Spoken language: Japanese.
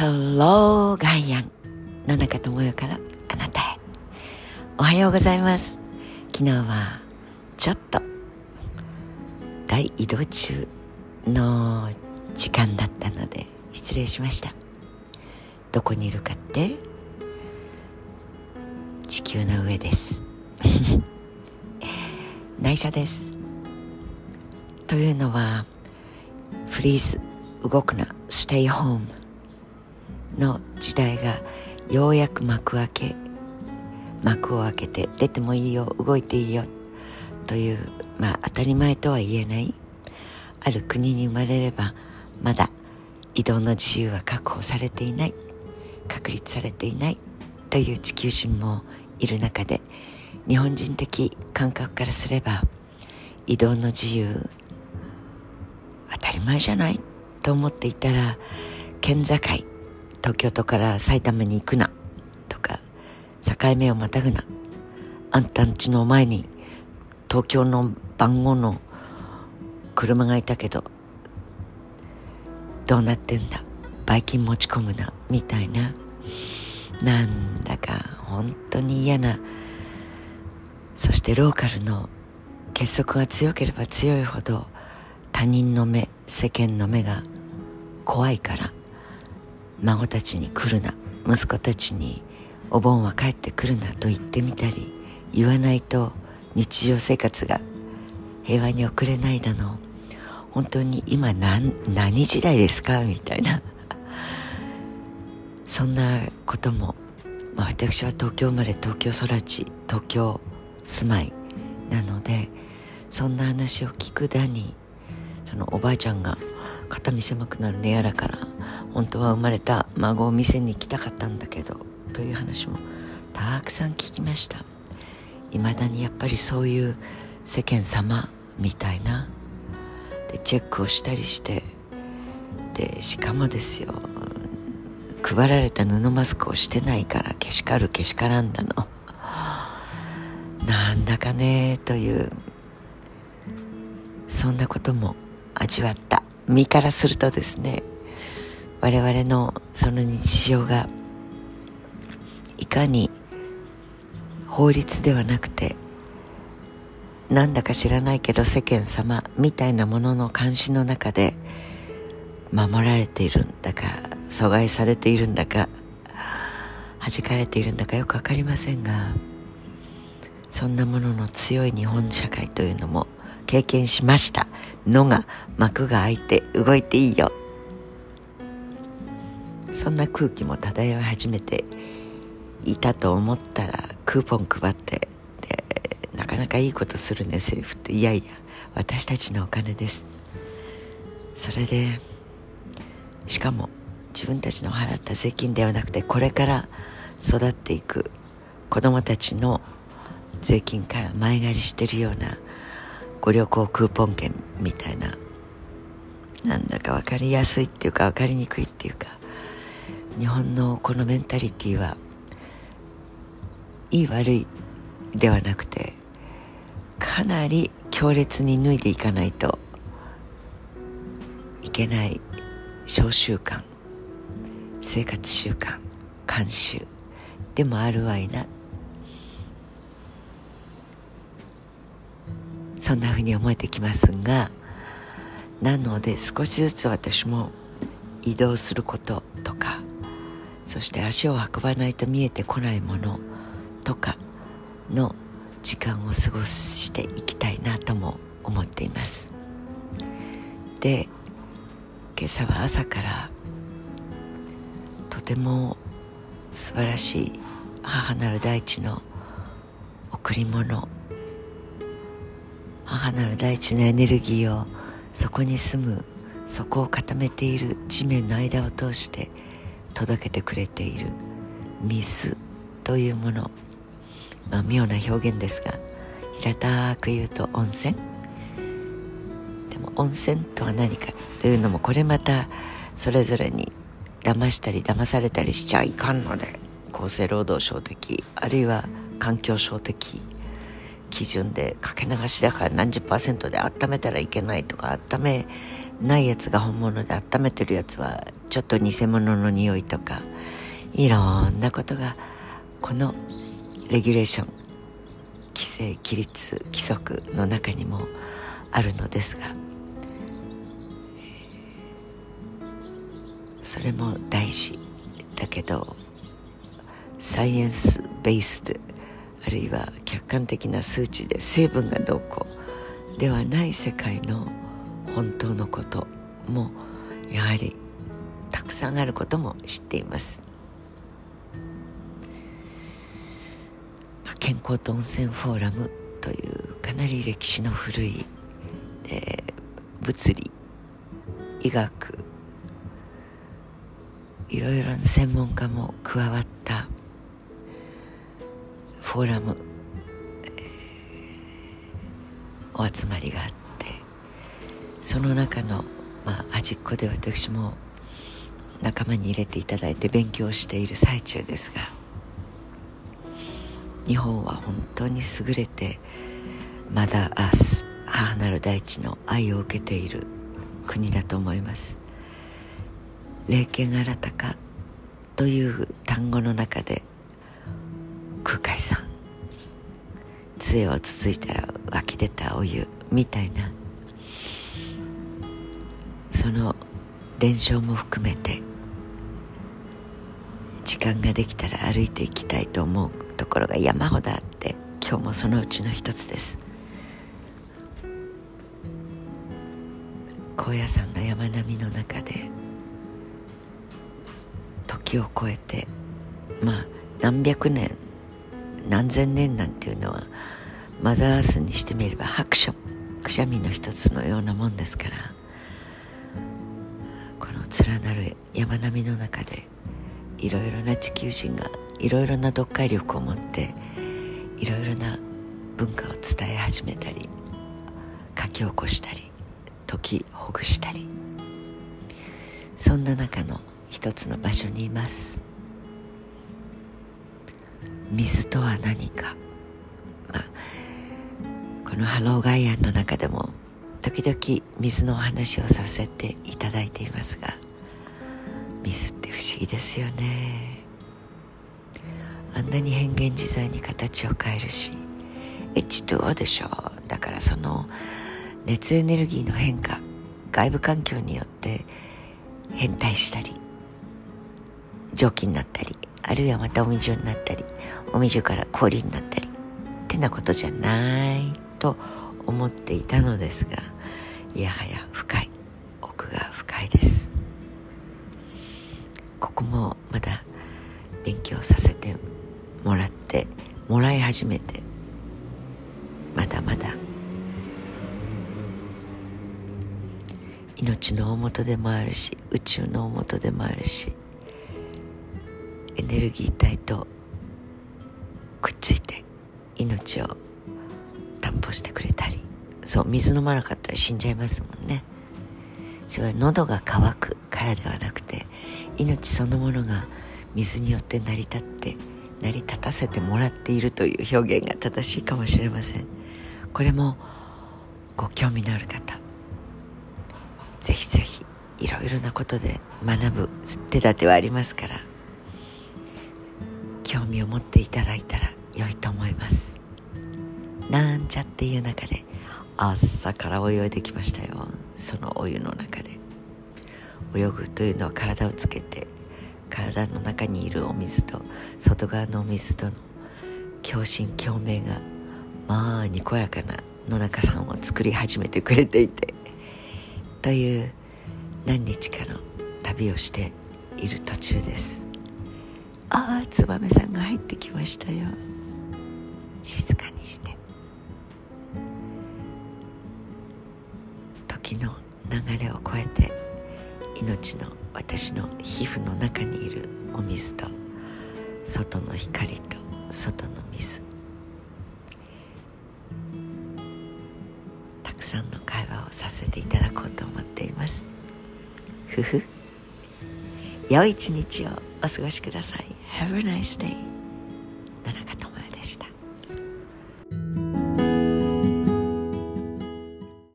Hello ガイアン野中智代からあなたへ。おはようございます。昨日はちょっと大移動中の時間だったので失礼しました。どこにいるかって地球の上です内緒です。というのはフリーズ動くなステイホームの時代がようやく幕を開けて出てもいいよ動いていいよという、当たり前とは言えないある国に生まれればまだ移動の自由は確保されていない確立されていないという地球人もいる中で、日本人的感覚からすれば移動の自由当たり前じゃないと思っていたら、県境東京都から埼玉に行くなとか、境目をまたぐな、あんたんちの前に東京の番号の車がいたけどどうなってんだ、バイキン持ち込むなみたいな、なんだか本当に嫌な、そしてローカルの結束が強ければ強いほど他人の目、世間の目が怖いから、孫たちに来るな、息子たちにお盆は帰ってくるなと言ってみたり、言わないと日常生活が平和に送れないだの、本当に今何時代ですかみたいなそんなことも、私は東京生まれ東京育ち東京住まいなので、そんな話を聞くだに、そのおばあちゃんが肩身狭くなるねやらから、本当は生まれた孫を店に行きたかったんだけどという話もたくさん聞きました。未だにやっぱりそういう世間様みたいなでチェックをしたりして、でしかもですよ、配られた布マスクをしてないからけしからんだのなんだかねという、そんなことも味わった身からするとですね、我々のその日常がいかに法律ではなくて、なんだか知らないけど世間様みたいなものの監視の中で守られているんだか、阻害されているんだか、弾かれているんだかよくわかりませんが、そんなものの強い日本社会というのも経験しましたのが、幕が開いて動いていいよ、そんな空気も漂い始めていたと思ったら、クーポン配って、でなかなかいいことするね政府って、いやいや私たちのお金です。それでしかも自分たちの払った税金ではなくて、これから育っていく子どもたちの税金から前借りしてるようなご旅行クーポン券みたいな、なんだか分かりやすいっていうか分かりにくいっていうか、日本のこのメンタリティはいい悪いではなくて、かなり強烈に脱いでいかないといけない小習慣、生活習慣、慣習でもあるわいな、そんなふうに思えてきますが、なので少しずつ私も移動することとか、そして足を運ばないと見えてこないものとかの時間を過ごしていきたいなとも思っています。で、今朝は朝からとても素晴らしい母なる大地の贈り物、母なる大地のエネルギーをそこに住む、そこを固めている地面の間を通して届けてくれている水というもの、妙な表現ですが、平たく言うと温泉。でも温泉とは何かというのも、これまたそれぞれに騙したり騙されたりしちゃいかんので、厚生労働省的あるいは環境省的基準でかけ流しだから何十%で温めたらいけないとか、温めないやつが本物で温めてるやつはちょっと偽物の匂いとか、いろんなことがこのレギュレーション、規制、規律、規則の中にもあるのですが、それも大事だけど、サイエンスベースで、あるいは客観的な数値で成分がどうこうではない世界の本当のこともやはりたくさんあることも知っています。健康と温泉フォーラムというかなり歴史の古い、物理、医学、いろいろな専門家も加わったフォーラム、お集まりがあって、その中の、端っこで私も仲間に入れていただいて勉強している最中ですが、日本は本当に優れてマダーアース、母なる大地の愛を受けている国だと思います。霊剣新たかという単語の中で、空海さん、杖をつついたら湧き出たお湯みたいな、その伝承も含めて、時間ができたら歩いていきたいと思うところが山ほどあって、今日もそのうちの一つです。高野山の山並みの中で、時を超えて、何百年何千年なんていうのはマザーアースにしてみれば白書、くしゃみの一つのようなもんですから、この連なる山並みの中で、いろいろな地球人がいろいろな読解力を持っていろいろな文化を伝え始めたり、書き起こしたり、解きほぐしたり、そんな中の一つの場所にいます。水とは何か、このハローガイアンの中でも時々水のお話をさせていただいていますが、水って不思議ですよね。あんなに変幻自在に形を変えるし、H2O でしょ。だからその熱エネルギーの変化、外部環境によって変態したり、蒸気になったり、あるいはまたお水になったり、お水から氷になったりってなことじゃないと思っていたのですが、いやはや深い、奥が深いです。ここもまだ勉強させてもらい始めて、まだまだ命の大元でもあるし、宇宙の大元でもあるし、エネルギー体とくっついて命を担保してくれたり、そう、水飲まなかったら死んじゃいますもんね。それは喉が渇くからではなくて、命そのものが水によって成り立たせてもらっているという表現が正しいかもしれません。これもご興味のある方、ぜひぜひいろいろなことで学ぶ手立てはありますから、興味を持っていただいたら良いと思います。なんちゃっていう中で朝から泳いできましたよ。そのお湯の中で泳ぐというのは、体をつけて体の中にいるお水と外側のお水との共振共鳴がにこやかな野中さんを作り始めてくれていて、という何日かの旅をしている途中です。ツバメさんが入ってきましたよ。静かにして、時の流れを超えて、命の私の皮膚の中にいるお水と外の光と外の水、たくさんの会話をさせていただこうと思っています。ふふ。良い一日をお過ごしください。Have a nice day。野中と